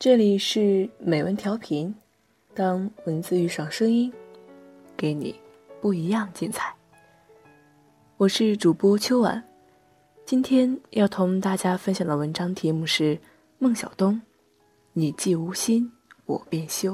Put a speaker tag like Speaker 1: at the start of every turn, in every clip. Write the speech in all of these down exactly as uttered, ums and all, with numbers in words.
Speaker 1: 这里是美文调频，当文字遇上声音，给你不一样精彩。我是主播秋婉，今天要同大家分享的文章题目是孟小冬，你既无心，我便休。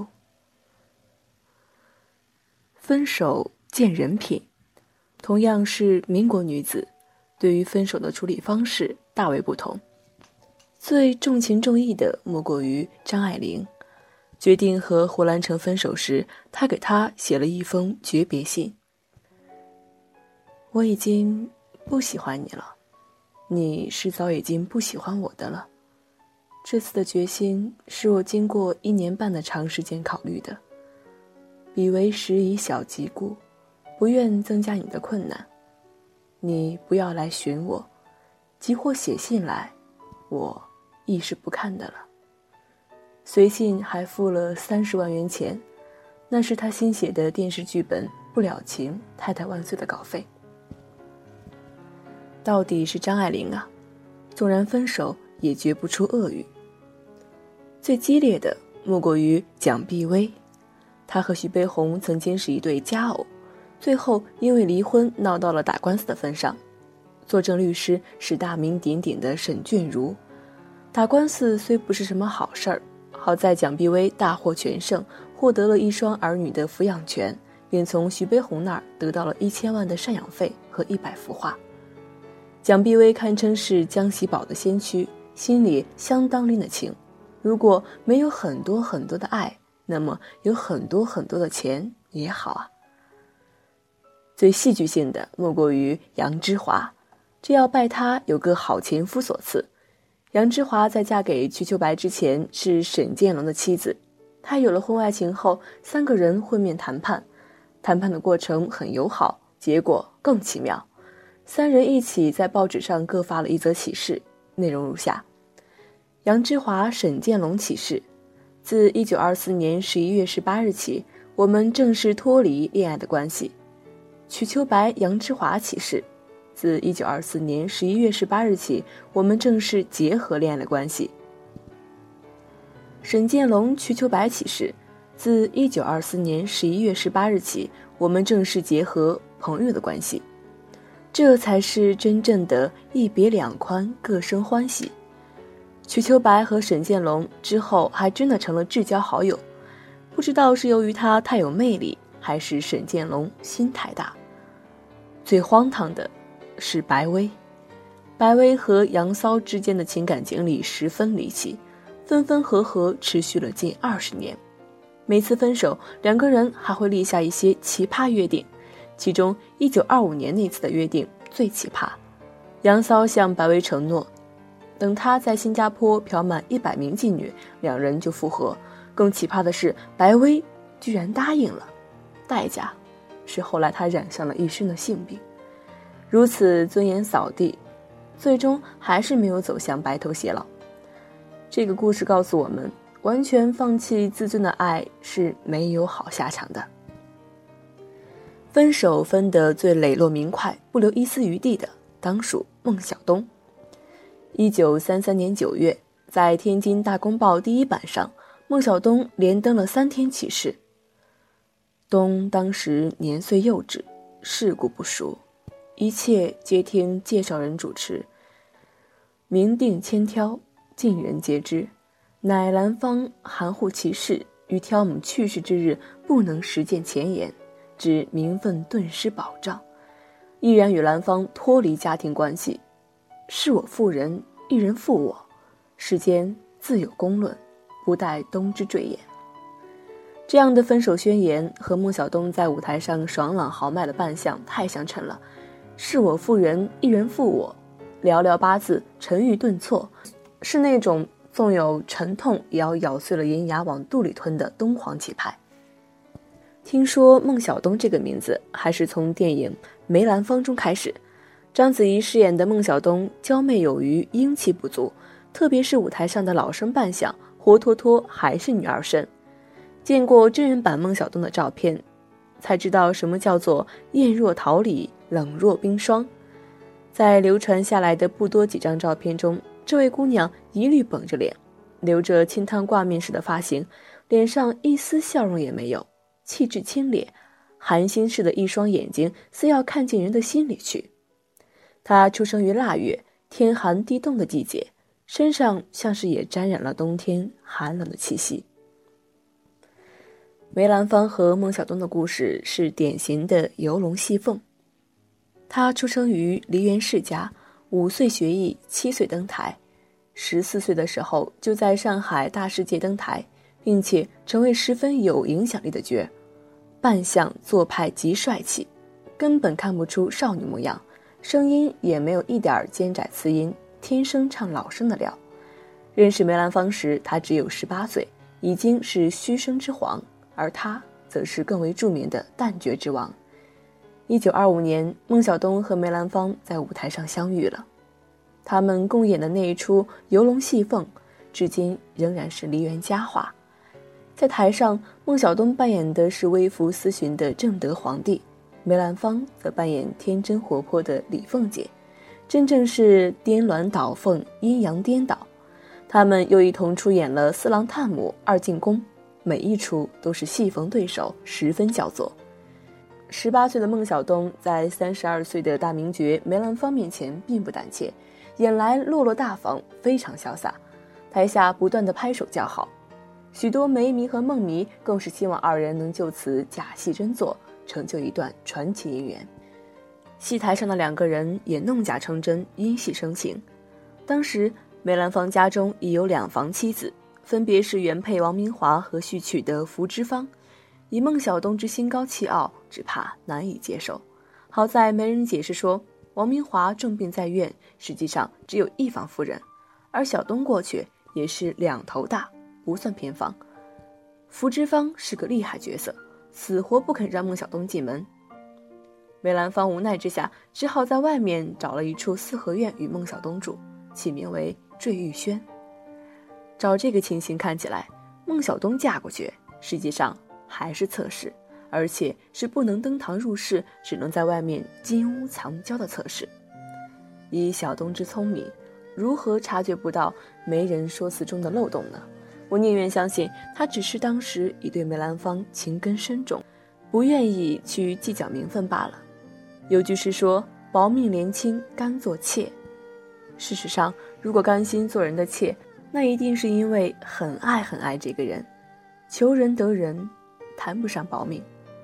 Speaker 1: 分手见人品，同样是民国女子，对于分手的处理方式大为不同。最重情重义的莫过于张爱玲。决定和胡兰成分手时，她给他写了一封诀别信。我已经不喜欢你了，你是早已经不喜欢我的了。这次的决心是我经过一年半的长时间考虑的，彼为时以小及故，不愿增加你的困难。你不要来寻我，即或写信来，我亦是不看的了。随信还付了三十万元钱，那是他新写的电视剧本《不了情太太万岁》的稿费。到底是张爱玲啊，纵然分手也绝不出恶语。最激烈的莫过于蒋碧薇，她和徐悲鸿曾经是一对佳偶，最后因为离婚闹到了打官司的份上。作证律师是大名鼎鼎的沈隽如。打官司虽不是什么好事儿，好在蒋碧薇大获全胜，获得了一双儿女的抚养权，并从徐悲鸿那儿得到了一千万的赡养费和一百幅画。蒋碧薇堪称是江喜宝的先驱，心里相当拎得清。如果没有很多很多的爱，那么有很多很多的钱也好啊。最戏剧性的莫过于杨之华，这要拜他有个好前夫所赐。杨之华在嫁给瞿秋白之前是沈建龙的妻子，她有了婚外情后，三个人会面谈判，谈判的过程很友好，结果更奇妙。三人一起在报纸上各发了一则启事，内容如下：杨之华、沈建龙启事，自一九二四年十一月十八日起，我们正式脱离恋爱的关系。瞿秋白、杨之华启事，自一九二四年十一月十八日起，我们正式结合恋爱的关系。沈建龙、瞿秋白启事，自一九二四年十一月十八日起，我们正式结合朋友的关系。这才是真正的一别两宽，各生欢喜。瞿秋白和沈建龙之后还真的成了至交好友，不知道是由于他太有魅力，还是沈建龙心太大。最荒唐的是白薇，白薇和杨骚之间的情感经历十分离奇，分分合合持续了近二十年。每次分手，两个人还会立下一些奇葩约定，其中一九二五年那次的约定最奇葩。杨骚向白薇承诺，等他在新加坡嫖满一百名妓女，两人就复合。更奇葩的是，白薇居然答应了，代价是后来他染上了一身的性病。如此尊严扫地，最终还是没有走向白头偕老。这个故事告诉我们，完全放弃自尊的爱是没有好下场的。分手分得最磊落明快，不留一丝余地的，当属孟小冬。一九三三年九月，在天津大公报第一版上，孟小冬连登了三天启事。冬当时年岁幼稚，世故不熟，一切皆听介绍人主持，明定千挑，尽人皆知。乃兰芳含糊其事，于挑母去世之日不能实践前言，致名分顿失保障，毅然与兰芳脱离家庭关系。是我负人，一人负我，世间自有公论，不待冬之赘言。这样的分手宣言和孟小冬在舞台上爽朗豪迈的扮相太相称了。是我负人，一人负我，寥寥八字，沉郁顿挫，是那种纵有沉痛也要咬碎了银牙往肚里吞的东皇气派。听说孟小冬这个名字还是从电影《梅兰芳》中开始。章子怡饰演的孟小冬娇媚有余，英气不足，特别是舞台上的老生扮相，活脱脱还是女儿身。见过真人版孟小冬的照片，才知道什么叫做艳若桃李，冷若冰霜。在流传下来的不多几张照片中，这位姑娘一律绷着脸， 留着清汤挂面式的发型，脸上一丝笑容也没有，气质清冽，寒心似的一双眼睛似要看进人的心里去。他出生于腊月，天寒地冻的季节，身上像是也沾染了冬天寒冷的气息。梅兰芳和孟小冬的故事是典型的游龙戏凤。他出生于梨园世家，五岁学艺，七岁登台，十四岁的时候就在上海大世界登台，并且成为十分有影响力的角儿，扮相做派极帅气，根本看不出少女模样，声音也没有一点尖窄刺音，天生唱老生的料。认识梅兰芳时，他只有十八岁，已经是虚声之皇，而他则是更为著名的旦角之王。一九二五年，孟小冬和梅兰芳在舞台上相遇了。他们共演的那一出游龙戏凤，至今仍然是梨园佳话。在台上，孟小冬扮演的是微服私巡的正德皇帝，梅兰芳则扮演天真活泼的李凤姐，真正是颠鸾倒凤，阴阳颠倒。他们又一同出演了《四郎探母》《二进宫》，每一出都是戏逢对手，十分叫座。十八岁的孟小冬在三十二岁的大名角梅兰芳面前并不胆怯，演来落落大方，非常潇洒，台下不断的拍手叫好。许多梅迷和孟迷更是希望二人能就此假戏真做，成就一段传奇姻缘。戏台上的两个人也弄假成真，因戏生情。当时梅兰芳家中已有两房妻子，分别是原配王明华和续娶的福芝芳。以孟小冬之心高气傲，只怕难以接受。好在没人解释说，王明华重病在院，实际上只有一房夫人，而小冬过去也是两头大，不算偏房。福芝芳是个厉害角色，死活不肯让孟小冬进门。梅兰芳无奈之下，只好在外面找了一处四合院与孟小冬住，起名为坠玉轩。照这个情形看起来，孟小冬嫁过去，实际上还是侧室，而且是不能登堂入室，只能在外面金屋藏娇的侧室。以小冬之聪明，如何察觉不到媒人说辞中的漏洞呢？我宁愿相信他只是当时已对梅兰芳情根深重，不愿意去计较名分罢了。有句诗说，薄命连亲甘做妾。事实上，如果甘心做人的妾，那一定是因为很爱很爱这个人，求人得人，谈不上薄命。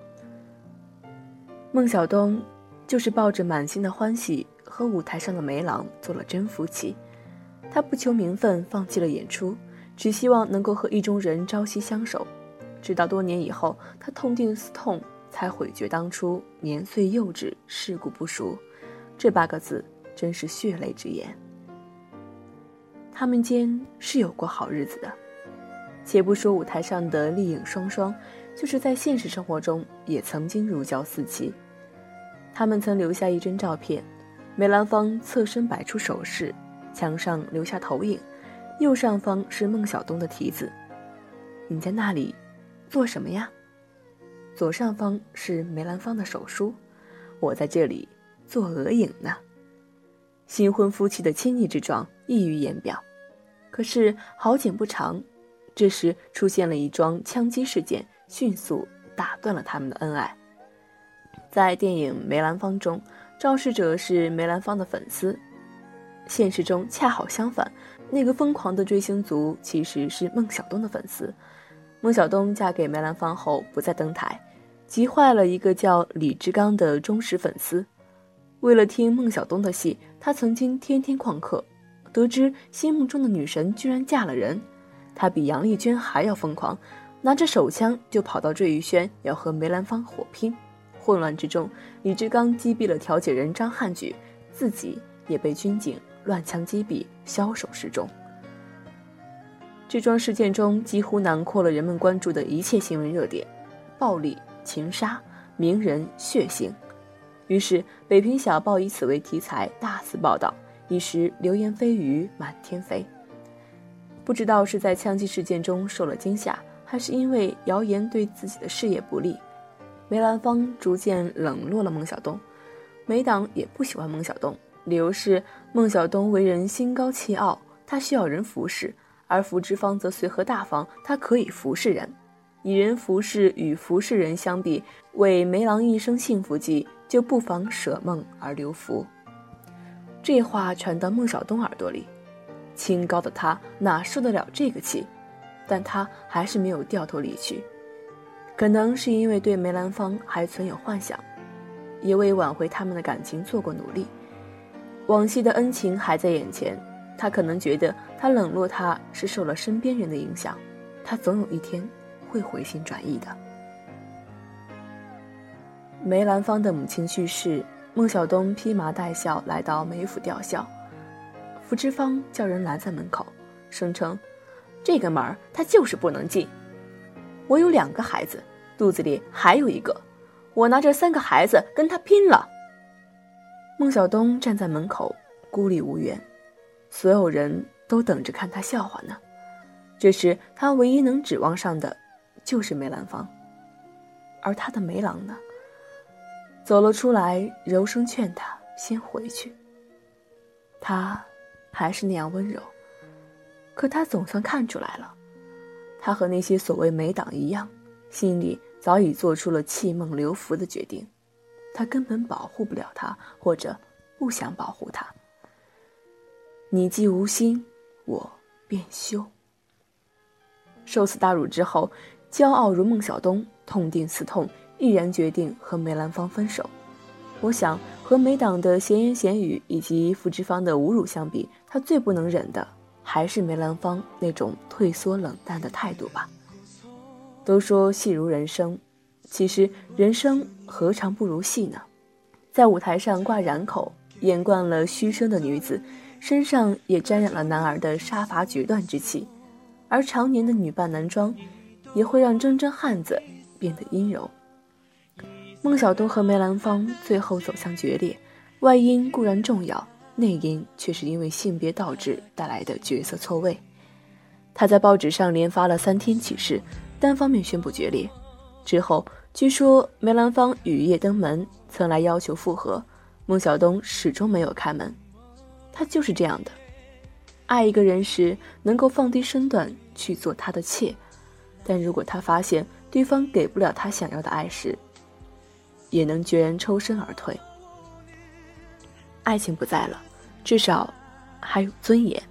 Speaker 1: 孟小冬就是抱着满心的欢喜和舞台上的梅郎做了真夫妻。他不求名分，放弃了演出，只希望能够和意中人朝夕相守。直到多年以后，他痛定思痛，才悔觉当初年岁幼稚，世故不熟。这八个字真是血泪之言。他们间是有过好日子的，且不说舞台上的丽影双双，就是在现实生活中也曾经如胶似漆。他们曾留下一张照片，梅兰芳侧身摆出手势，墙上留下投影，右上方是孟小冬的题字：你在那里做什么呀？左上方是梅兰芳的手书：我在这里做额影呢。新婚夫妻的亲昵之状溢于言表。可是好景不长，这时出现了一桩枪击事件，迅速打断了他们的恩爱。在电影《梅兰芳》中，肇事者是梅兰芳的粉丝，现实中恰好相反，那个疯狂的追星族其实是孟小冬的粉丝。孟小冬嫁给梅兰芳后不再登台，急坏了一个叫李志刚的忠实粉丝。为了听孟小冬的戏，他曾经天天旷课，得知心目中的女神居然嫁了人，他比杨丽娟还要疯狂，拿着手枪就跑到坠玉轩要和梅兰芳火拼。混乱之中，李志刚击毙了调解人张汉举，自己也被军警乱枪击毙，枭首示众。这桩事件中几乎囊括了人们关注的一切新闻热点：暴力、情杀、名人、血腥。于是北平小报以此为题材大肆报道，一时流言蜚语满天飞。不知道是在枪击事件中受了惊吓，还是因为谣言对自己的事业不利，梅兰芳逐渐冷落了孟小冬。梅党也不喜欢孟小冬，理由是孟小冬为人心高气傲，他需要人服侍， 而福芝芳则随和大方，她可以服侍人。以人服侍与服侍人相比，为梅郎一生幸福计，就不妨舍梦而留福。这话传到孟小冬耳朵里，清高的他哪受得了这个气，但他还是没有掉头离去。可能是因为对梅兰芳还存有幻想，也为挽回他们的感情做过努力。往昔的恩情还在眼前，他可能觉得他冷落他是受了身边人的影响，他总有一天会回心转意的。梅兰芳的母亲去世，孟小冬披麻戴孝来到梅府吊孝。福芝芳叫人拦在门口，声称这个门他就是不能进。我有两个孩子，肚子里还有一个，我拿这三个孩子跟他拼了。孟小冬站在门口孤立无援，所有人都等着看他笑话呢。这时他唯一能指望上的就是梅兰芳，而他的梅郎呢，走了出来，柔声劝他先回去。他还是那样温柔，可他总算看出来了，他和那些所谓梅党一样，心里早已做出了弃梦留福的决定。他根本保护不了他，或者不想保护他。你既无心，我便休。受此大辱之后，骄傲如孟小冬痛定思痛，毅然决定和梅兰芳分手。我想和梅党的闲言闲语以及福芝芳的侮辱相比，他最不能忍的还是梅兰芳那种退缩冷淡的态度吧。都说戏如人生，其实人生何尝不如戏呢？在舞台上挂染口，演惯了虚声的女子，身上也沾染了男儿的杀伐决断之气，而常年的女扮男装也会让铮铮汉子变得阴柔。孟小冬和梅兰芳最后走向决裂，外因固然重要，内因却是因为性别倒置带来的角色错位。他在报纸上连发了三天启事，单方面宣布决裂。之后据说梅兰芳雨夜登门，曾来要求复合，孟小冬始终没有开门。他就是这样的，爱一个人时能够放低身段去做他的妾，但如果他发现对方给不了他想要的爱时，也能决然抽身而退。爱情不在了，至少还有尊严。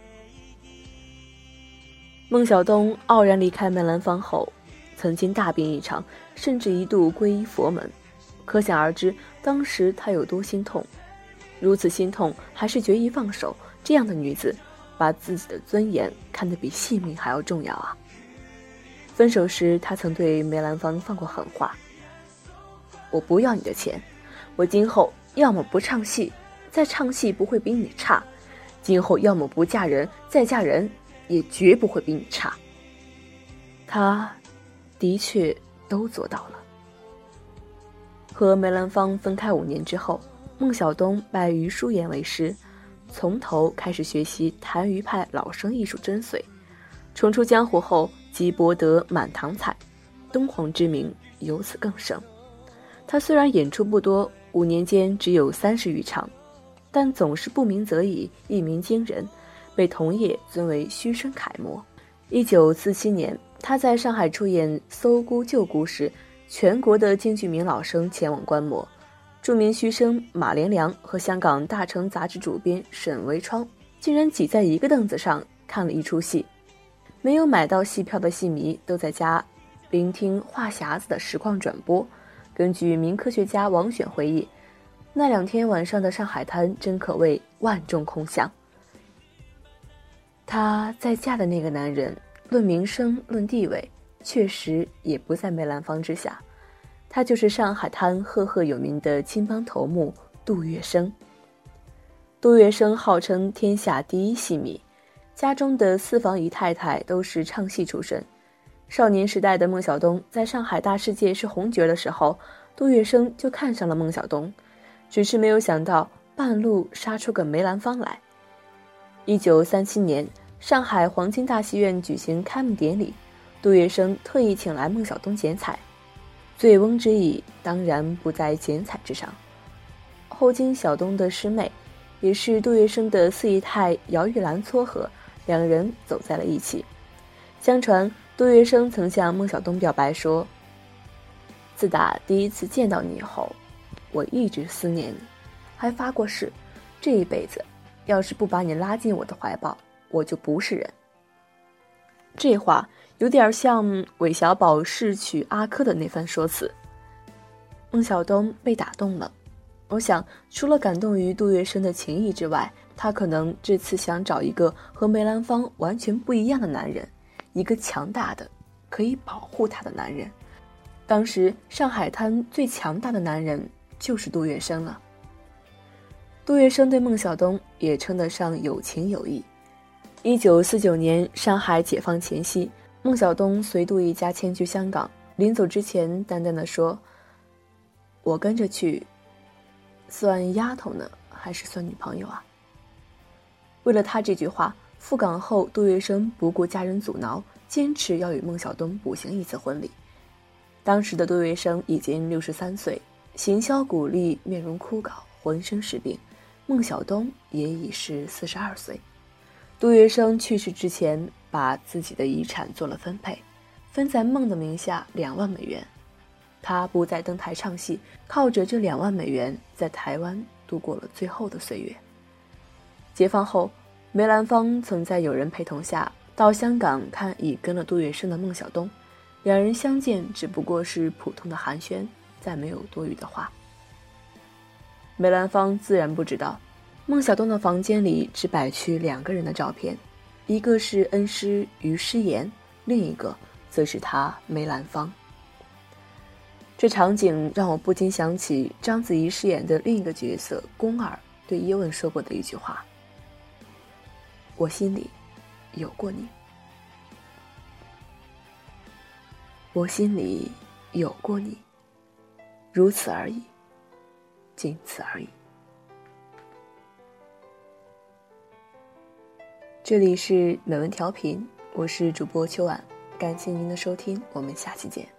Speaker 1: 孟小冬傲然离开梅兰芳后，曾经大病一场，甚至一度皈依佛门，可想而知当时他有多心痛。如此心痛还是决意放手，这样的女子把自己的尊严看得比性命还要重要啊。分手时他曾对梅兰芳放过狠话，我不要你的钱，我今后要么不唱戏，再唱戏不会比你差，今后要么不嫁人，再嫁人也绝不会比你差。他的确都做到了。和梅兰芳分开五年之后，孟小冬拜于舒言为师，从头开始学习谭余派老生艺术真髓。重出江湖后，即博得满堂彩，东皇之名由此更盛。他虽然演出不多，五年间只有三十余场，但总是不鸣则已，一鸣惊人，被同业尊为虚声楷模。一九四七年，他在上海出演《搜孤救孤》时，全国的京剧名老生前往观摩。著名虚声马连良和香港大成杂志主编沈维窗竟然挤在一个凳子上看了一出戏。没有买到戏票的戏迷都在家聆听话匣子的实况转播。根据名科学家王选回忆，那两天晚上的上海滩真可谓万众空巷。他在嫁的那个男人，论名声论地位，确实也不在梅兰芳之下。他就是上海滩赫赫有名的青帮头目杜月笙。杜月笙号称天下第一戏迷，家中的四房姨太太都是唱戏出身。少年时代的孟小冬在上海大世界是红角的时候，杜月笙就看上了孟小冬，只是没有想到半路杀出个梅兰芳来。一九三七年，上海黄金大戏院举行开幕典礼，杜月笙特意请来孟小冬剪彩，醉翁之意当然不在剪彩之上。后经小冬的师妹，也是杜月笙的四姨太姚玉兰撮合， 两人走在了一起。相传杜月笙曾向孟小冬表白说，自打第一次见到你以后，我一直思念你，还发过誓，这一辈子要是不把你拉进我的怀抱，我就不是人。这话有点像韦小宝逝去阿珂的那番说辞。孟小冬被打动了，我想除了感动于杜月笙的情谊之外，他可能这次想找一个和梅兰芳完全不一样的男人，一个强大的可以保护他的男人。当时上海滩最强大的男人就是杜月笙了。杜月笙对孟小冬也称得上有情有义。一九四九年上海解放前夕，孟小冬随杜一家迁居香港，临走之前淡淡的说，我跟着去算丫头呢还是算女朋友啊？为了他这句话，赴港后杜月笙不顾家人阻挠，坚持要与孟小冬补行一次婚礼。当时的杜月笙已经六十三岁，形销骨立，面容枯槁，浑身是病。孟小冬也已是四十二岁。杜月笙去世之前，把自己的遗产做了分配，分在孟的名下两万美元。他不再登台唱戏，靠着这两万美元，在台湾度过了最后的岁月。解放后，梅兰芳曾在友人陪同下到香港看已跟了杜月笙的孟小冬，两人相见只不过是普通的寒暄，再没有多余的话。梅兰芳自然不知道，孟小冬的房间里只摆去两个人的照片，一个是恩师于诗言，另一个则是他梅兰芳。这场景让我不禁想起章子怡饰演的另一个角色宫儿对叶问说过的一句话，我心里有过你，我心里有过你，如此而已，仅此而已。这里是美文调频，我是主播秋婉，感谢您的收听，我们下期见。